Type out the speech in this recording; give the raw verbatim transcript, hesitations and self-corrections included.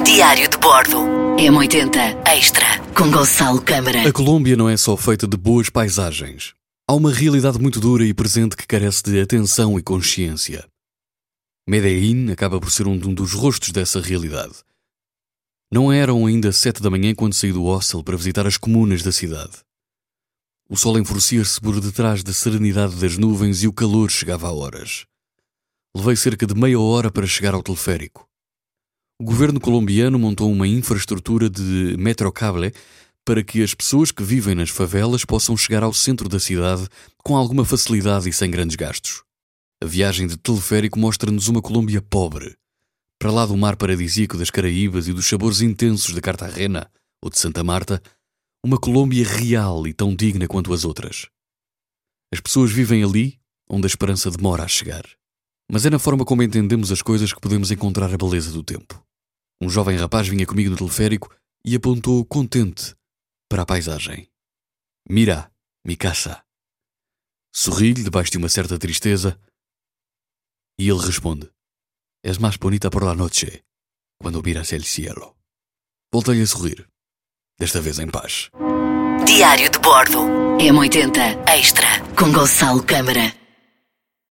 Diário de bordo. M oitenta Extra com Gonçalo Câmara. A Colômbia não é só feita de boas paisagens. Há uma realidade muito dura e presente que carece de atenção e consciência. Medellín acaba por ser um dos rostos dessa realidade. Não eram ainda sete da manhã quando saí do hostel para visitar as comunas da cidade. O sol enfurecia-se por detrás da serenidade das nuvens e o calor chegava a horas. Levei cerca de meia hora para chegar ao teleférico. O governo colombiano montou uma infraestrutura de metrocable para que as pessoas que vivem nas favelas possam chegar ao centro da cidade com alguma facilidade e sem grandes gastos. A viagem de teleférico mostra-nos uma Colômbia pobre, para lá do mar paradisíaco das Caraíbas e dos sabores intensos de Cartagena ou de Santa Marta, uma Colômbia real e tão digna quanto as outras. As pessoas vivem ali onde a esperança demora a chegar. Mas é na forma como entendemos as coisas que podemos encontrar a beleza do tempo. Um jovem rapaz vinha comigo no teleférico e apontou contente para a paisagem. Mira, mi casa. Sorri-lhe debaixo de uma certa tristeza e ele responde: És mais bonita por la noche, quando miras el cielo. Voltei-lhe a sorrir, desta vez em paz. Diário de bordo. M oitenta Extra com Gonçalo Câmara.